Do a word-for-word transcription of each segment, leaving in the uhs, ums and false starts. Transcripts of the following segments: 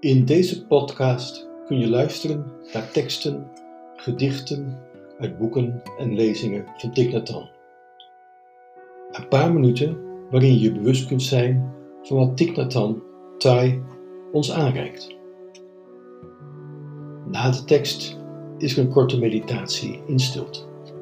In deze podcast kun je luisteren naar teksten, gedichten uit boeken en lezingen van Thich Nhat Hanh. Een paar minuten waarin je bewust kunt zijn van wat Thich Nhat Hanh, Thai, ons aanreikt. Na de tekst is er een korte meditatie in stilte.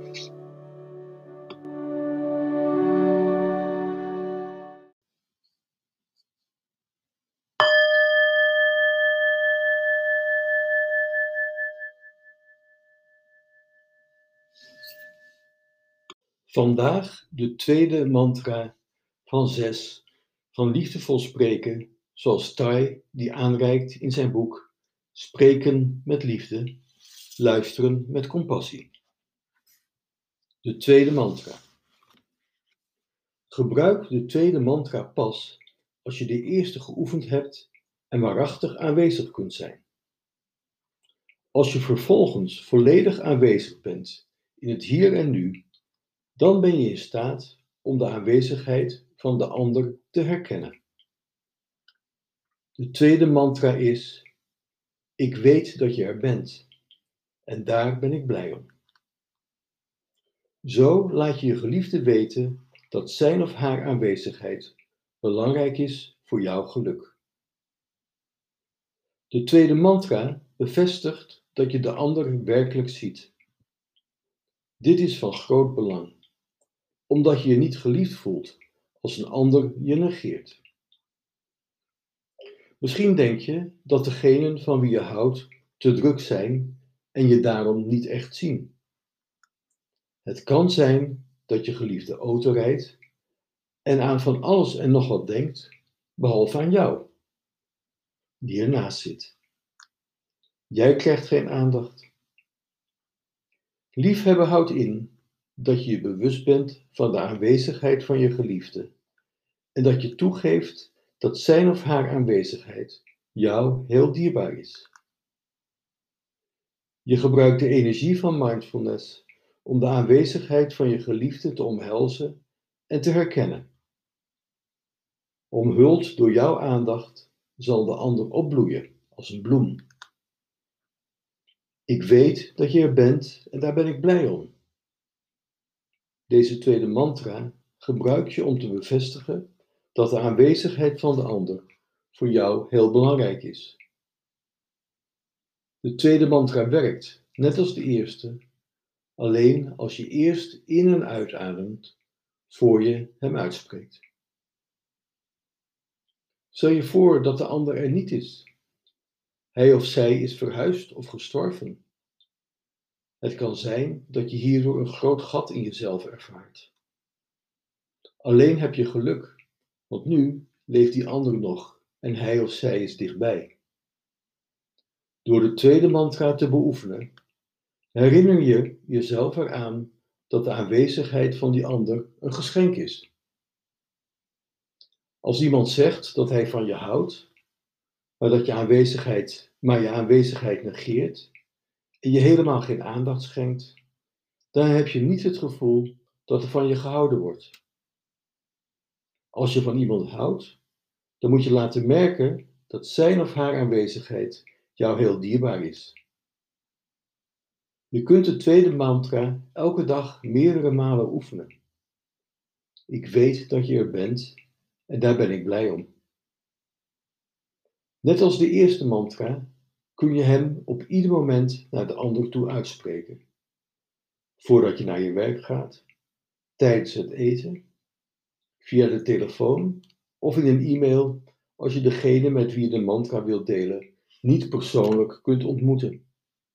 Vandaag de tweede mantra van zes van liefdevol spreken, zoals Thai die aanreikt in zijn boek Spreken met liefde, luisteren met compassie. De tweede mantra. Gebruik de tweede mantra pas als je de eerste geoefend hebt en waarachtig aanwezig kunt zijn. Als je vervolgens volledig aanwezig bent in het hier en nu, dan ben je in staat om de aanwezigheid van de ander te herkennen. De tweede mantra is: ik weet dat je er bent en daar ben ik blij om. Zo laat je je geliefde weten dat zijn of haar aanwezigheid belangrijk is voor jouw geluk. De tweede mantra bevestigt dat je de ander werkelijk ziet. Dit is van groot belang, omdat je je niet geliefd voelt als een ander je negeert. Misschien denk je dat degenen van wie je houdt te druk zijn en je daarom niet echt zien. Het kan zijn dat je geliefde auto rijdt en aan van alles en nog wat denkt, behalve aan jou, die ernaast zit. Jij krijgt geen aandacht. Liefhebben houdt in dat je je bewust bent van de aanwezigheid van je geliefde en dat je toegeeft dat zijn of haar aanwezigheid jou heel dierbaar is. Je gebruikt de energie van mindfulness om de aanwezigheid van je geliefde te omhelzen en te herkennen. Omhuld door jouw aandacht zal de ander opbloeien als een bloem. Ik weet dat je er bent en daar ben ik blij om. Deze tweede mantra gebruik je om te bevestigen dat de aanwezigheid van de ander voor jou heel belangrijk is. De tweede mantra werkt, net als de eerste, alleen als je eerst in- en uitademt voor je hem uitspreekt. Stel je voor dat de ander er niet is. Hij of zij is verhuisd of gestorven. Het kan zijn dat je hierdoor een groot gat in jezelf ervaart. Alleen heb je geluk, want nu leeft die ander nog en hij of zij is dichtbij. Door de tweede mantra te beoefenen, herinner je jezelf eraan dat de aanwezigheid van die ander een geschenk is. Als iemand zegt dat hij van je houdt, maar dat je aanwezigheid, maar je aanwezigheid negeert en je helemaal geen aandacht schenkt, dan heb je niet het gevoel dat er van je gehouden wordt. Als je van iemand houdt, dan moet je laten merken dat zijn of haar aanwezigheid jou heel dierbaar is. Je kunt de tweede mantra elke dag meerdere malen oefenen. Ik weet dat je er bent en daar ben ik blij om. Net als de eerste mantra kun je hem op ieder moment naar de ander toe uitspreken. Voordat je naar je werk gaat, tijdens het eten, via de telefoon of in een e-mail als je degene met wie je de mantra wilt delen niet persoonlijk kunt ontmoeten.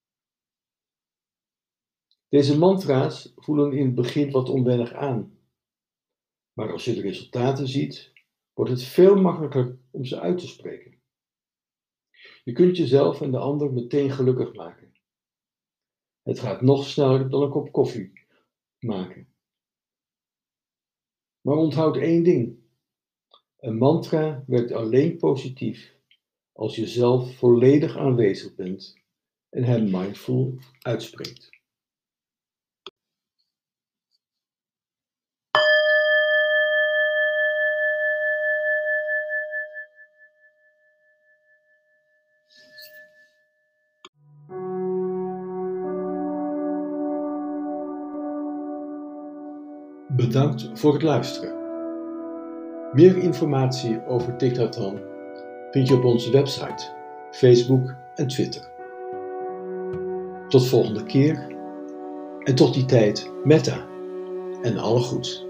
Deze mantra's voelen in het begin wat onwennig aan, maar als je de resultaten ziet, wordt het veel makkelijker om ze uit te spreken. Je kunt jezelf en de ander meteen gelukkig maken. Het gaat nog sneller dan een kop koffie maken. Maar onthoud één ding. Een mantra werkt alleen positief als je zelf volledig aanwezig bent en hem mindful uitspreekt. Bedankt voor het luisteren. Meer informatie over Thich Nhat Hanh vind je op onze website, Facebook en Twitter. Tot volgende keer en tot die tijd, metta en alle goeds.